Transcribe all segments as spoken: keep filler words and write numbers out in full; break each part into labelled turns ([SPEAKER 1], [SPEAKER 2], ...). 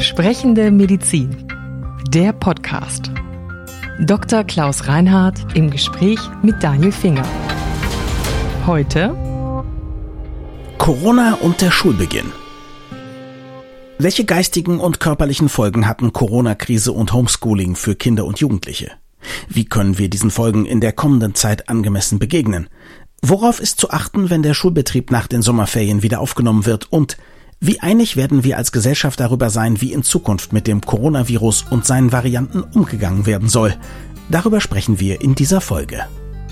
[SPEAKER 1] Sprechende Medizin. Der Podcast. Doktor Klaus Reinhardt im Gespräch mit Daniel Finger. Heute
[SPEAKER 2] Corona und der Schulbeginn. Welche geistigen und körperlichen Folgen hatten Corona-Krise und Homeschooling für Kinder und Jugendliche? Wie können wir diesen Folgen in der kommenden Zeit angemessen begegnen? Worauf ist zu achten, wenn der Schulbetrieb nach den Sommerferien wieder aufgenommen wird? Und wie einig werden wir als Gesellschaft darüber sein, wie in Zukunft mit dem Coronavirus und seinen Varianten umgegangen werden soll? Darüber sprechen wir in dieser Folge.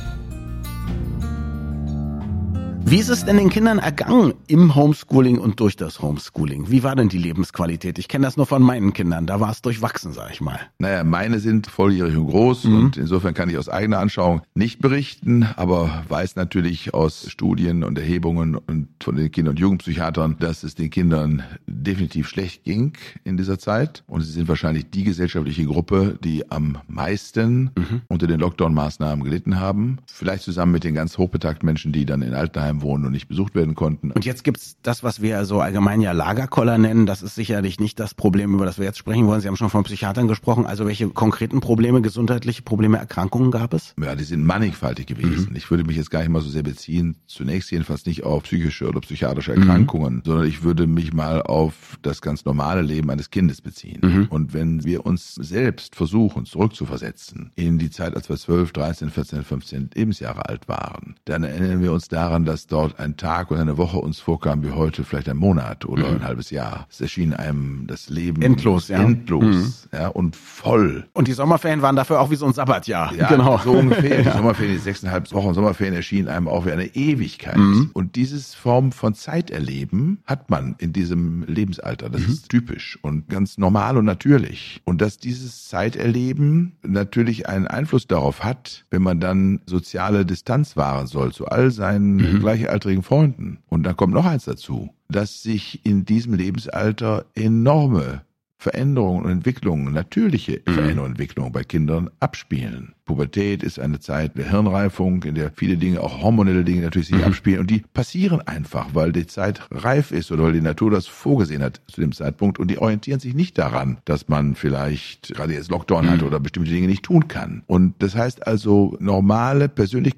[SPEAKER 2] Wie ist es denn den Kindern ergangen im Homeschooling und durch das Homeschooling? Wie war denn die Lebensqualität? Ich kenne das nur von meinen Kindern, da war es durchwachsen, sag ich mal.
[SPEAKER 3] Naja, meine sind volljährig und groß mhm. und insofern kann ich aus eigener Anschauung nicht berichten, aber weiß natürlich aus Studien und Erhebungen und von den Kinder- und Jugendpsychiatern, dass es den Kindern definitiv schlecht ging in dieser Zeit und sie sind wahrscheinlich die gesellschaftliche Gruppe, die am meisten mhm. unter den Lockdown-Maßnahmen gelitten haben. Vielleicht zusammen mit den ganz hochbetagten Menschen, die dann in Altenheimen wohnen und nicht besucht werden konnten.
[SPEAKER 2] Und jetzt gibt's das, was wir so allgemein ja Lagerkoller nennen. Das ist sicherlich nicht das Problem, über das wir jetzt sprechen wollen. Sie haben schon von Psychiatern gesprochen. Also welche konkreten Probleme, gesundheitliche Probleme, Erkrankungen gab es?
[SPEAKER 3] Ja, die sind mannigfaltig gewesen. Mhm. Ich würde mich jetzt gar nicht mal so sehr beziehen, zunächst jedenfalls nicht auf psychische oder psychiatrische Erkrankungen, mhm. sondern ich würde mich mal auf das ganz normale Leben eines Kindes beziehen. Mhm. Und wenn wir uns selbst versuchen, zurückzuversetzen in die Zeit, als wir zwölf, dreizehn, vierzehn, fünfzehn Lebensjahre alt waren, dann erinnern wir uns daran, dass dort ein Tag und eine Woche uns vorkam wie heute vielleicht ein Monat oder mhm. ein halbes Jahr. Es erschien einem das Leben
[SPEAKER 2] endlos, ja.
[SPEAKER 3] endlos mhm. ja, und voll.
[SPEAKER 2] Und die Sommerferien waren dafür auch wie so ein Sabbatjahr.
[SPEAKER 3] Ja, genau. So ungefähr. Die Sommerferien, die sechseinhalb Wochen Sommerferien erschienen einem auch wie eine Ewigkeit. Mhm. Und dieses Form von Zeiterleben hat man in diesem Lebensalter. Das mhm. ist typisch und ganz normal und natürlich. Und dass dieses Zeiterleben natürlich einen Einfluss darauf hat, wenn man dann soziale Distanz wahren soll zu all seinen mhm. gleichaltrigen Freunden. Und dann kommt noch eins dazu, dass sich in diesem Lebensalter enorme Veränderungen und Entwicklungen, natürliche mhm. Veränderungen und Entwicklungen bei Kindern abspielen. Pubertät ist eine Zeit der Hirnreifung, in der viele Dinge, auch hormonelle Dinge natürlich sich mhm. abspielen und die passieren einfach, weil die Zeit reif ist oder weil die Natur das vorgesehen hat zu dem Zeitpunkt und die orientieren sich nicht daran, dass man vielleicht gerade jetzt Lockdown mhm. hat oder bestimmte Dinge nicht tun kann. Und das heißt also, normale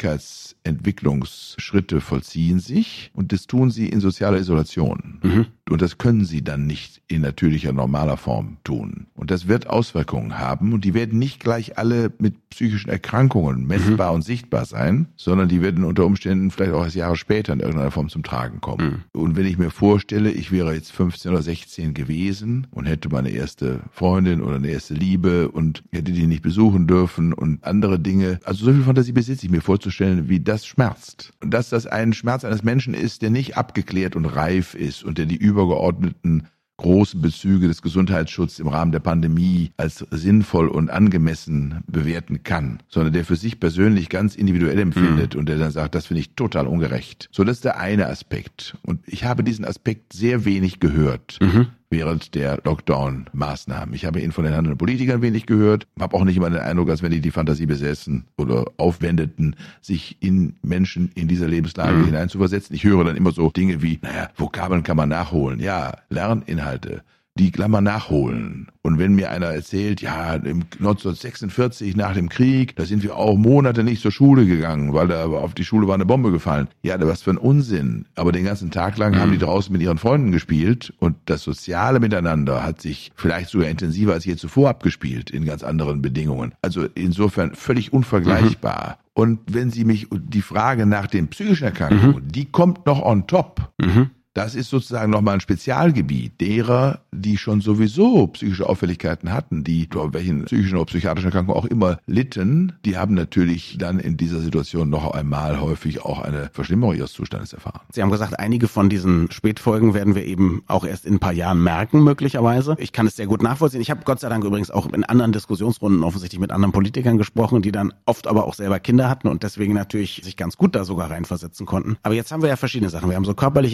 [SPEAKER 3] Persönlichkeitsentwicklungsschritte vollziehen sich und das tun sie in sozialer Isolation. Mhm. Und das können sie dann nicht in natürlicher, normaler Form tun. Und das wird Auswirkungen haben und die werden nicht gleich alle mit psychischen Erkrankungen messbar mhm. und sichtbar sein, sondern die werden unter Umständen vielleicht auch erst Jahre später in irgendeiner Form zum Tragen kommen. Mhm. Und wenn ich mir vorstelle, ich wäre jetzt fünfzehn oder sechzehn gewesen und hätte meine erste Freundin oder eine erste Liebe und hätte die nicht besuchen dürfen und andere Dinge, also so viel Fantasie besitze ich mir vorzustellen, wie das schmerzt. Und dass das ein Schmerz eines Menschen ist, der nicht abgeklärt und reif ist und der die übergeordneten großen Bezüge des Gesundheitsschutzes im Rahmen der Pandemie als sinnvoll und angemessen bewerten kann, sondern der für sich persönlich ganz individuell empfindet mhm. und der dann sagt, das finde ich total ungerecht. So, das ist der eine Aspekt. Und ich habe diesen Aspekt sehr wenig gehört. Mhm. während der Lockdown-Maßnahmen. Ich habe ihn von den handelnden Politikern wenig gehört, habe auch nicht immer den Eindruck, als wenn die die Fantasie besessen oder aufwendeten, sich in Menschen in dieser Lebenslage mhm. hineinzuversetzen. Ich höre dann immer so Dinge wie, naja, Vokabeln kann man nachholen. Ja, Lerninhalte, die kann man nachholen. Und wenn mir einer erzählt, ja, im neunzehnhundertsechsundvierzig nach dem Krieg, da sind wir auch Monate nicht zur Schule gegangen, weil da auf die Schule war eine Bombe gefallen. Ja, was für ein Unsinn. Aber den ganzen Tag lang mhm. haben die draußen mit ihren Freunden gespielt und das soziale Miteinander hat sich vielleicht sogar intensiver als je zuvor abgespielt in ganz anderen Bedingungen. Also insofern völlig unvergleichbar. Mhm. Und wenn Sie mich die Frage nach den psychischen Erkrankungen, mhm. die kommt noch on top. Mhm. Das ist sozusagen nochmal ein Spezialgebiet derer, die schon sowieso psychische Auffälligkeiten hatten, die durch welchen psychischen oder psychiatrischen Erkrankungen auch immer litten. Die haben natürlich dann in dieser Situation noch einmal häufig auch eine Verschlimmerung ihres Zustandes erfahren.
[SPEAKER 2] Sie haben gesagt, einige von diesen Spätfolgen werden wir eben auch erst in ein paar Jahren merken, möglicherweise. Ich kann es sehr gut nachvollziehen. Ich habe Gott sei Dank übrigens auch in anderen Diskussionsrunden offensichtlich mit anderen Politikern gesprochen, die dann oft aber auch selber Kinder hatten und deswegen natürlich sich ganz gut da sogar reinversetzen konnten. Aber jetzt haben wir ja verschiedene Sachen. Wir haben so körperliche Erscheinungen,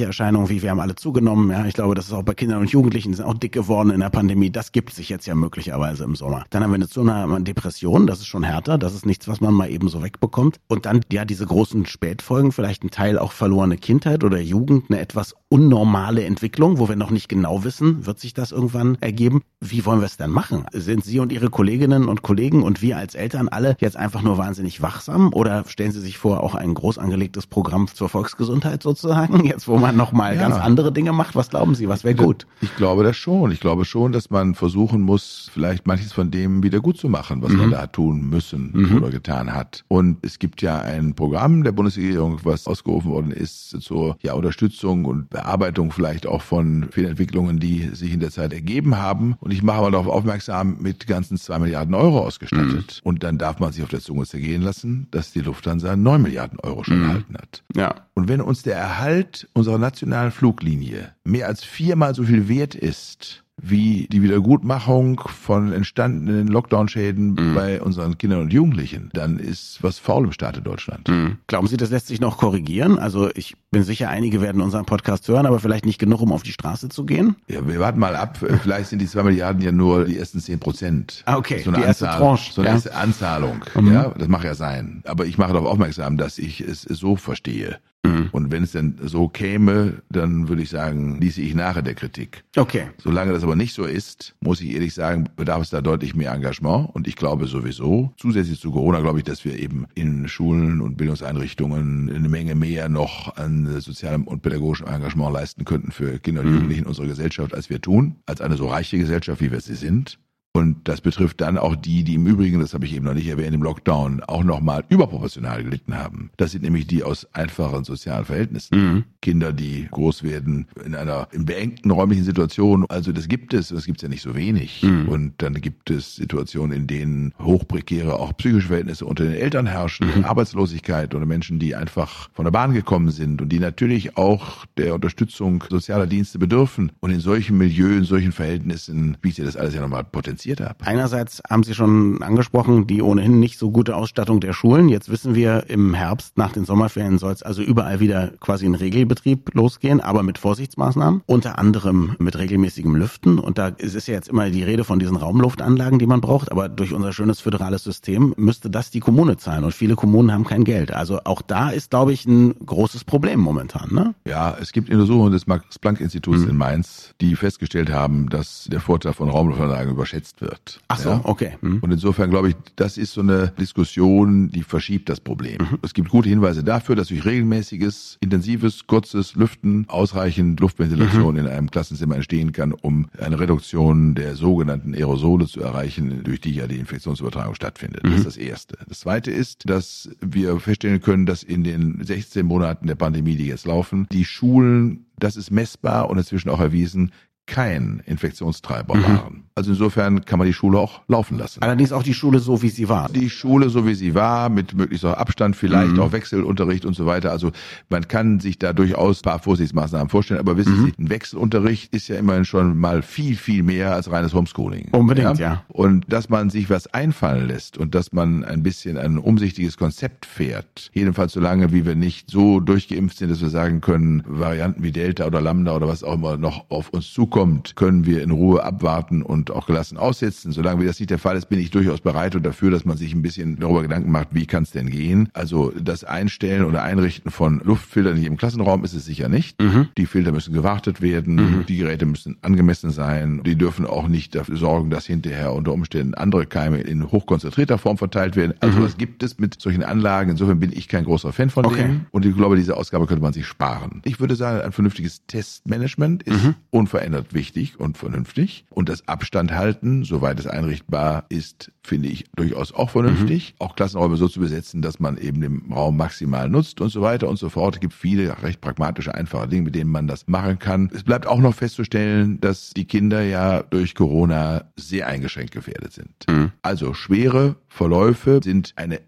[SPEAKER 2] Aussagen wie, wir haben alle zugenommen. Ja, ich glaube, das ist auch bei Kindern und Jugendlichen, die sind auch dick geworden in der Pandemie. Das gibt sich jetzt ja möglicherweise im Sommer. Dann haben wir eine Zunahme an Depressionen. Das ist schon härter. Das ist nichts, was man mal eben so wegbekommt. Und dann, ja, diese großen Spätfolgen, vielleicht ein Teil auch verlorene Kindheit oder Jugend, eine etwas unnormale Entwicklung, wo wir noch nicht genau wissen, wird sich das irgendwann ergeben. Wie wollen wir es denn machen? Sind Sie und Ihre Kolleginnen und Kollegen und wir als Eltern alle jetzt einfach nur wahnsinnig wachsam? Oder stellen Sie sich vor, auch ein groß angelegtes Programm zur Volksgesundheit sozusagen, jetzt wo man nochmal ja. ganz andere Dinge macht? Was glauben Sie, was wäre gut?
[SPEAKER 3] Ich glaube das schon. Ich glaube schon, dass man versuchen muss, vielleicht manches von dem wieder gut zu machen, was mhm. man da tun müssen mhm. oder getan hat. Und es gibt ja ein Programm der Bundesregierung, was ausgerufen worden ist zur ja, Unterstützung und Bearbeitung vielleicht auch von Fehlentwicklungen, die sich in der Zeit ergeben haben. Und ich mache mal darauf aufmerksam, mit ganzen zwei Milliarden Euro ausgestattet. Mhm. Und dann darf man sich auf der Zunge zergehen lassen, dass die Lufthansa neun Milliarden Euro schon mhm. erhalten hat.
[SPEAKER 2] Ja.
[SPEAKER 3] Und wenn uns der Erhalt unserer nationalen Fluglinie mehr als viermal so viel wert ist, wie die Wiedergutmachung von entstandenen Lockdown-Schäden mhm. bei unseren Kindern und Jugendlichen, dann ist was faul im Staat in Deutschland.
[SPEAKER 2] Mhm. Glauben Sie, das lässt sich noch korrigieren? Also ich bin sicher, einige werden unseren Podcast hören, aber vielleicht nicht genug, um auf die Straße zu gehen?
[SPEAKER 3] Ja, wir warten mal ab. Vielleicht sind die zwei Milliarden ja nur die ersten zehn Prozent.
[SPEAKER 2] Ah, okay.
[SPEAKER 3] So eine
[SPEAKER 2] die erste
[SPEAKER 3] Anzahl,
[SPEAKER 2] Tranche.
[SPEAKER 3] So eine
[SPEAKER 2] ja.
[SPEAKER 3] erste Anzahlung.
[SPEAKER 2] Mhm.
[SPEAKER 3] Ja, das mag ja sein. Aber ich mache darauf aufmerksam, dass ich es so verstehe. Mhm. Und wenn es denn so käme, dann würde ich sagen, ließe ich nachher der Kritik.
[SPEAKER 2] Okay.
[SPEAKER 3] Solange das aber nicht so ist, muss ich ehrlich sagen, bedarf es da deutlich mehr Engagement. Und ich glaube sowieso, zusätzlich zu Corona, glaube ich, dass wir eben in Schulen und Bildungseinrichtungen eine Menge mehr noch an sozialem und pädagogischem Engagement leisten könnten für Kinder und Jugendliche in unserer Gesellschaft, als wir tun, als eine so reiche Gesellschaft, wie wir sie sind. Und das betrifft dann auch die, die im Übrigen, das habe ich eben noch nicht erwähnt, im Lockdown auch nochmal überproportional gelitten haben. Das sind nämlich die aus einfachen sozialen Verhältnissen. Mhm. Kinder, die groß werden in einer in beengten räumlichen Situation. Also das gibt es, das gibt es ja nicht so wenig. Mhm. Und dann gibt es Situationen, in denen hochprekäre, auch psychische Verhältnisse unter den Eltern herrschen, mhm. Arbeitslosigkeit oder Menschen, die einfach von der Bahn gekommen sind und die natürlich auch der Unterstützung sozialer Dienste bedürfen. Und in solchen Milieus, in solchen Verhältnissen bietet das alles ja nochmal Potenzial. Ab.
[SPEAKER 2] Einerseits haben Sie schon angesprochen, die ohnehin nicht so gute Ausstattung der Schulen. Jetzt wissen wir, im Herbst nach den Sommerferien soll es also überall wieder quasi in Regelbetrieb losgehen, aber mit Vorsichtsmaßnahmen, unter anderem mit regelmäßigem Lüften. Und da ist es ja jetzt immer die Rede von diesen Raumluftanlagen, die man braucht, aber durch unser schönes föderales System müsste das die Kommune zahlen und viele Kommunen haben kein Geld. Also auch da ist, glaube ich, ein großes Problem momentan, ne?
[SPEAKER 3] Ja, es gibt Untersuchungen des Max-Planck-Instituts mhm. in Mainz, die festgestellt haben, dass der Vorteil von Raumluftanlagen überschätzt wird.
[SPEAKER 2] Ach so,
[SPEAKER 3] ja?
[SPEAKER 2] okay. Hm.
[SPEAKER 3] Und insofern glaube ich, das ist so eine Diskussion, die verschiebt das Problem. Mhm. Es gibt gute Hinweise dafür, dass durch regelmäßiges, intensives, kurzes Lüften ausreichend Luftventilation mhm. in einem Klassenzimmer entstehen kann, um eine Reduktion der sogenannten Aerosole zu erreichen, durch die ja die Infektionsübertragung stattfindet. Mhm. Das ist das Erste. Das Zweite ist, dass wir feststellen können, dass in den sechzehn Monaten der Pandemie, die jetzt laufen, die Schulen, das ist messbar und inzwischen auch erwiesen, kein Infektionstreiber mhm. waren. Also insofern kann man die Schule auch laufen lassen.
[SPEAKER 2] Allerdings auch die Schule so, wie sie war.
[SPEAKER 3] Die Schule so, wie sie war, mit möglichst auch Abstand, vielleicht mhm. auch Wechselunterricht und so weiter. Also man kann sich da durchaus ein paar Vorsichtsmaßnahmen vorstellen. Aber wissen mhm. Sie, ein Wechselunterricht ist ja immerhin schon mal viel, viel mehr als reines Homeschooling.
[SPEAKER 2] Unbedingt, ja.
[SPEAKER 3] ja. Und dass man sich was einfallen lässt und dass man ein bisschen ein umsichtiges Konzept fährt. Jedenfalls so lange, wie wir nicht so durchgeimpft sind, dass wir sagen können, Varianten wie Delta oder Lambda oder was auch immer noch auf uns zukommt, können wir in Ruhe abwarten und auch gelassen aussitzen. Solange wie das nicht der Fall ist, bin ich durchaus bereit und dafür, dass man sich ein bisschen darüber Gedanken macht, wie kann es denn gehen. Also das Einstellen oder Einrichten von Luftfiltern in jedem Klassenraum ist es sicher nicht. Mhm. Die Filter müssen gewartet werden, mhm. die Geräte müssen angemessen sein. Die dürfen auch nicht dafür sorgen, dass hinterher unter Umständen andere Keime in hochkonzentrierter Form verteilt werden. Also mhm. was gibt es mit solchen Anlagen? Insofern bin ich kein großer Fan von
[SPEAKER 2] okay.
[SPEAKER 3] denen. Und ich glaube, diese Ausgabe könnte man sich sparen. Ich würde sagen, ein vernünftiges Testmanagement ist mhm. unverändert wichtig und vernünftig. Und das Abstand halten, soweit es einrichtbar ist, finde ich durchaus auch vernünftig. Mhm. Auch Klassenräume so zu besetzen, dass man eben den Raum maximal nutzt und so weiter und so fort. Es gibt viele recht pragmatische, einfache Dinge, mit denen man das machen kann. Es bleibt auch noch festzustellen, dass die Kinder ja durch Corona sehr eingeschränkt gefährdet sind. Mhm. Also schwere Verläufe sind eine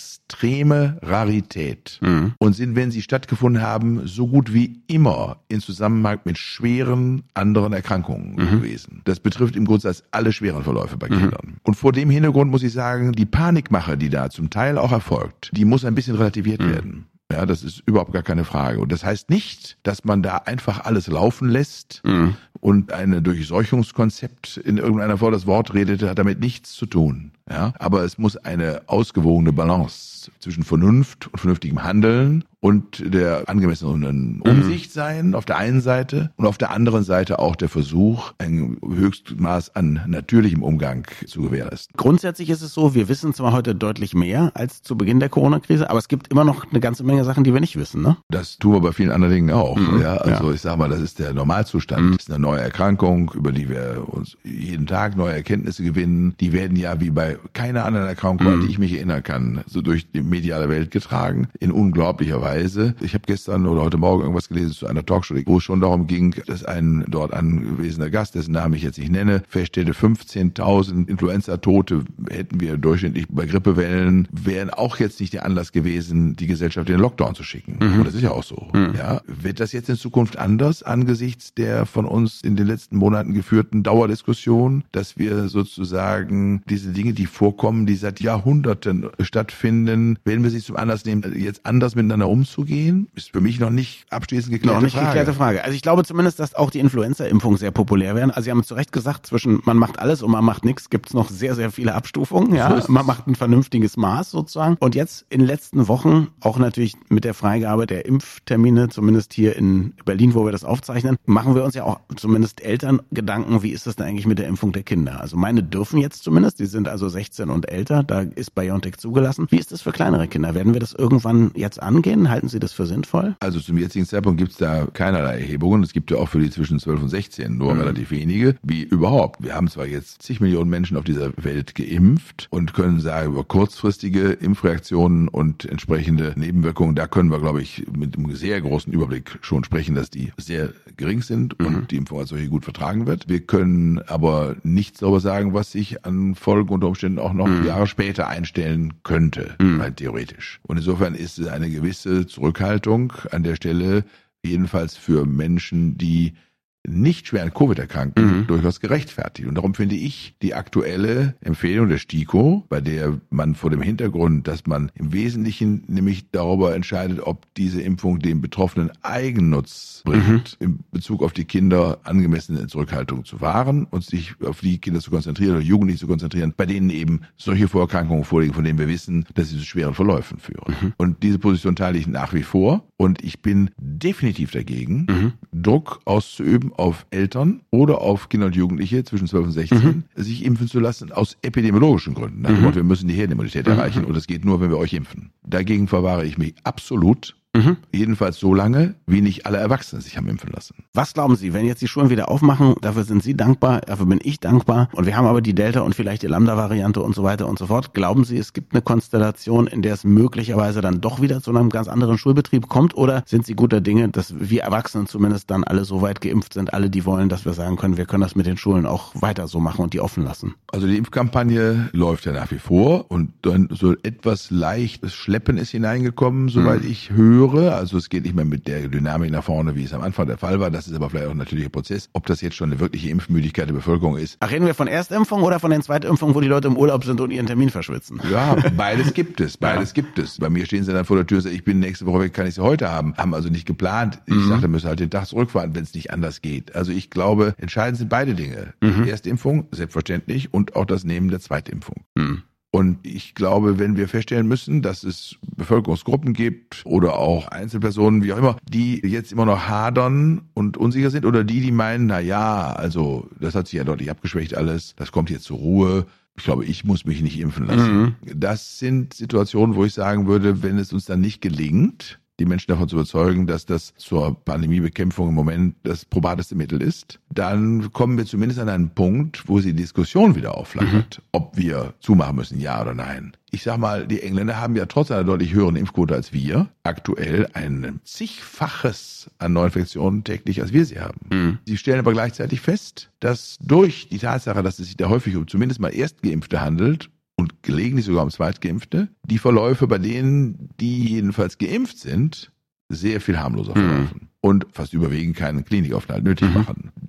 [SPEAKER 3] extreme Rarität mhm. und sind, wenn sie stattgefunden haben, so gut wie immer in Zusammenhang mit schweren anderen Erkrankungen mhm. gewesen. Das betrifft im Grundsatz alle schweren Verläufe bei mhm. Kindern. Und vor dem Hintergrund muss ich sagen, die Panikmache, die da zum Teil auch erfolgt, die muss ein bisschen relativiert mhm. werden. Ja, das ist überhaupt gar keine Frage. Und das heißt nicht, dass man da einfach alles laufen lässt mhm. und ein Durchseuchungskonzept in irgendeiner Form, das Wort redete, hat damit nichts zu tun. Ja, aber es muss eine ausgewogene Balance zwischen Vernunft und vernünftigem Handeln und der angemessenen Umsicht mhm. sein auf der einen Seite und auf der anderen Seite auch der Versuch, ein Höchstmaß an natürlichem Umgang zu gewährleisten.
[SPEAKER 2] Grundsätzlich ist es so, wir wissen zwar heute deutlich mehr als zu Beginn der Corona-Krise, aber es gibt immer noch eine ganze Menge Sachen, die wir nicht wissen, ne?
[SPEAKER 3] Das tun wir bei vielen anderen Dingen auch. Mhm. Ja, also ja. ich sag mal, das ist der Normalzustand. Mhm. Das ist eine neue Erkrankung, über die wir uns jeden Tag neue Erkenntnisse gewinnen. Die werden ja wie bei keiner anderen Erkrankung, mhm. an die ich mich erinnern kann, so durch die mediale Welt getragen, in unglaublicher Weise. Ich habe gestern oder heute Morgen irgendwas gelesen zu einer Talkshow, wo es schon darum ging, dass ein dort angewesener Gast, dessen Namen ich jetzt nicht nenne, feststellte, fünfzehntausend Influenza-Tote hätten wir durchschnittlich bei Grippewellen, wären auch jetzt nicht der Anlass gewesen, die Gesellschaft in den Lockdown zu schicken. Mhm. Und das ist ja auch so. Mhm. Ja, wird das jetzt in Zukunft anders angesichts der von uns in den letzten Monaten geführten Dauerdiskussion, dass wir sozusagen diese Dinge, die vorkommen, die seit Jahrhunderten stattfinden, werden wir sie zum Anlass nehmen, jetzt anders miteinander umzugehen? Ist für mich noch nicht abschließend geklärte
[SPEAKER 2] noch nicht
[SPEAKER 3] Frage.
[SPEAKER 2] geklärte Frage. Also ich glaube zumindest, dass auch die Influenza-Impfungen sehr populär werden. Also Sie haben zu Recht gesagt, zwischen man macht alles und man macht nichts, gibt es noch sehr, sehr viele Abstufungen. Ja, so man macht ein vernünftiges Maß sozusagen. Und jetzt in den letzten Wochen, auch natürlich mit der Freigabe der Impftermine, zumindest hier in Berlin, wo wir das aufzeichnen, machen wir uns ja auch zumindest Eltern Gedanken, wie ist das denn eigentlich mit der Impfung der Kinder? Also meine dürfen jetzt zumindest, die sind also sechzehn und älter, da ist BioNTech zugelassen. Wie ist das für kleinere Kinder? Werden wir das irgendwann jetzt angehen? Halten Sie das für sinnvoll?
[SPEAKER 3] Also zum jetzigen Zeitpunkt gibt es da keinerlei Erhebungen. Es gibt ja auch für die zwischen zwölf und sechzehn nur mhm. relativ wenige, wie überhaupt. Wir haben zwar jetzt zig Millionen Menschen auf dieser Welt geimpft und können sagen, über kurzfristige Impfreaktionen und entsprechende Nebenwirkungen, da können wir, glaube ich, mit einem sehr großen Überblick schon sprechen, dass die sehr gering sind mhm. und die Impfung als solche gut vertragen wird. Wir können aber nichts darüber sagen, was sich an Folgen unter Umständen auch noch mhm. Jahre später einstellen könnte, mhm. rein theoretisch. Und insofern ist es eine gewisse Zurückhaltung an der Stelle, jedenfalls für Menschen, die nicht schwer an Covid erkranken, mhm. durchaus gerechtfertigt. Und darum finde ich die aktuelle Empfehlung der STIKO, bei der man vor dem Hintergrund, dass man im Wesentlichen nämlich darüber entscheidet, ob diese Impfung dem Betroffenen Eigennutz bringt, mhm. in Bezug auf die Kinder angemessene Zurückhaltung zu wahren und sich auf die Kinder zu konzentrieren oder Jugendliche zu konzentrieren, bei denen eben solche Vorerkrankungen vorliegen, von denen wir wissen, dass sie zu schweren Verläufen führen. Mhm. Und diese Position teile ich nach wie vor und ich bin definitiv dagegen, mhm. Druck auszuüben auf Eltern oder auf Kinder und Jugendliche zwischen zwölf und sechzehn, mhm. sich impfen zu lassen aus epidemiologischen Gründen. Nach dem Motto, wir müssen die Herdenimmunität mhm. erreichen und das geht nur, wenn wir euch impfen. Dagegen verwahre ich mich absolut. Mhm. Jedenfalls so lange, wie nicht alle Erwachsenen sich haben impfen lassen.
[SPEAKER 2] Was glauben Sie, wenn jetzt die Schulen wieder aufmachen, dafür sind Sie dankbar, dafür bin ich dankbar und wir haben aber die Delta und vielleicht die Lambda-Variante und so weiter und so fort. Glauben Sie, es gibt eine Konstellation, in der es möglicherweise dann doch wieder zu einem ganz anderen Schulbetrieb kommt oder sind Sie guter Dinge, dass wir Erwachsenen zumindest dann alle so weit geimpft sind, alle die wollen, dass wir sagen können, wir können das mit den Schulen auch weiter so machen und die offen lassen?
[SPEAKER 3] Also die Impfkampagne läuft ja nach wie vor und dann so etwas leichtes Schleppen ist hineingekommen, soweit mhm. ich höre. Also es geht nicht mehr mit der Dynamik nach vorne, wie es am Anfang der Fall war. Das ist aber vielleicht auch ein natürlicher Prozess. Ob das jetzt schon eine wirkliche Impfmüdigkeit der Bevölkerung ist.
[SPEAKER 2] Ach, reden wir von Erstimpfung oder von den Zweitimpfungen, wo die Leute im Urlaub sind und ihren Termin verschwitzen?
[SPEAKER 3] Ja, beides gibt es. Beides ja. gibt es. Bei mir stehen sie dann vor der Tür und sagen, ich bin nächste Woche weg, kann ich sie heute haben. Haben also nicht geplant. Ich mhm. sage, da müssen halt den Tag zurückfahren, wenn es nicht anders geht. Also ich glaube, entscheidend sind beide Dinge. Mhm. Die Erstimpfung, selbstverständlich, und auch das Nehmen der Zweitimpfung. Mhm. Und ich glaube, wenn wir feststellen müssen, dass es Bevölkerungsgruppen gibt oder auch Einzelpersonen, wie auch immer, die jetzt immer noch hadern und unsicher sind oder die, die meinen, na ja, also das hat sich ja deutlich abgeschwächt alles, das kommt jetzt zur Ruhe. Ich glaube, ich muss mich nicht impfen lassen. Mhm. Das sind Situationen, wo ich sagen würde, wenn es uns dann nicht gelingt, die Menschen davon zu überzeugen, dass das zur Pandemiebekämpfung im Moment das probateste Mittel ist, dann kommen wir zumindest an einen Punkt, wo die Diskussion wieder aufflackert, mhm. ob wir zumachen müssen, ja oder nein. Ich sag mal, die Engländer haben ja trotz einer deutlich höheren Impfquote als wir aktuell ein zigfaches an Neuinfektionen täglich, als wir sie haben. Mhm. Sie stellen aber gleichzeitig fest, dass durch die Tatsache, dass es sich da häufig um zumindest mal Erstgeimpfte handelt, und gelegentlich sogar um Zweitgeimpfte, die Verläufe bei denen, die jedenfalls geimpft sind, sehr viel harmloser verlaufen. Mhm. Und fast überwiegend keinen Klinikaufenthalt nötig mhm. machen.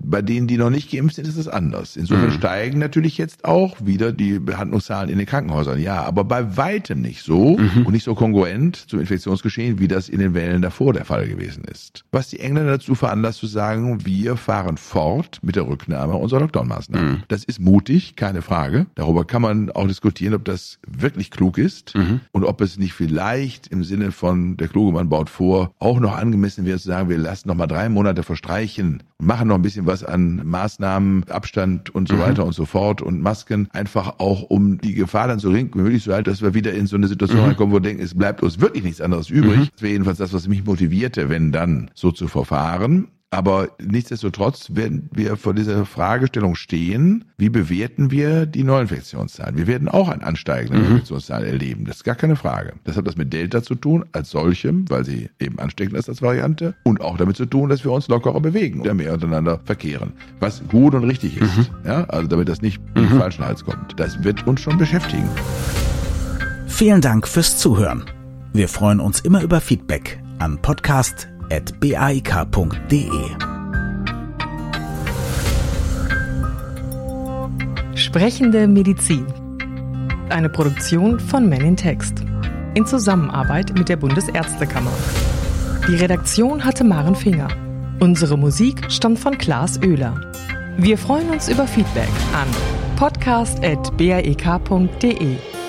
[SPEAKER 3] Bei denen, die noch nicht geimpft sind, ist es anders. Insofern mhm. steigen natürlich jetzt auch wieder die Behandlungszahlen in den Krankenhäusern. Ja, aber bei weitem nicht so mhm. und nicht so kongruent zum Infektionsgeschehen, wie das in den Wellen davor der Fall gewesen ist. Was die Engländer dazu veranlasst zu sagen, wir fahren fort mit der Rücknahme unserer Lockdown-Maßnahmen. Mhm. Das ist mutig, keine Frage. Darüber kann man auch diskutieren, ob das wirklich klug ist mhm. und ob es nicht vielleicht im Sinne von der kluge Mann baut vor, auch noch angemessen wäre zu sagen, wir lassen noch mal drei Monate verstreichen und machen noch ein bisschen was an Maßnahmen, Abstand und so mhm. weiter und so fort und Masken, einfach auch um die Gefahr dann so gering wie möglich zu halten, dass wir wieder in so eine Situation mhm. reinkommen, wo wir denken, es bleibt uns wirklich nichts anderes übrig. Mhm. Das wäre jedenfalls das, was mich motivierte, wenn dann so zu verfahren. Aber nichtsdestotrotz werden wir vor dieser Fragestellung stehen, wie bewerten wir die Neuinfektionszahlen? Wir werden auch ein ansteigende mhm. Infektionszahlen erleben, das ist gar keine Frage. Das hat das mit Delta zu tun, als solchem, weil sie eben ansteckend ist als Variante, und auch damit zu tun, dass wir uns lockerer bewegen und mehr untereinander verkehren, was gut und richtig ist. Mhm. Ja, also damit das nicht in den mhm. falschen Hals kommt. Das wird uns schon beschäftigen.
[SPEAKER 2] Vielen Dank fürs Zuhören. Wir freuen uns immer über Feedback an podcast at b a i k punkt d e.
[SPEAKER 1] Sprechende Medizin. Eine Produktion von Men in Text. In Zusammenarbeit mit der Bundesärztekammer. Die Redaktion hatte Maren Finger. Unsere Musik stammt von Klaas Oehler. Wir freuen uns über Feedback an podcast at b a e k punkt d e.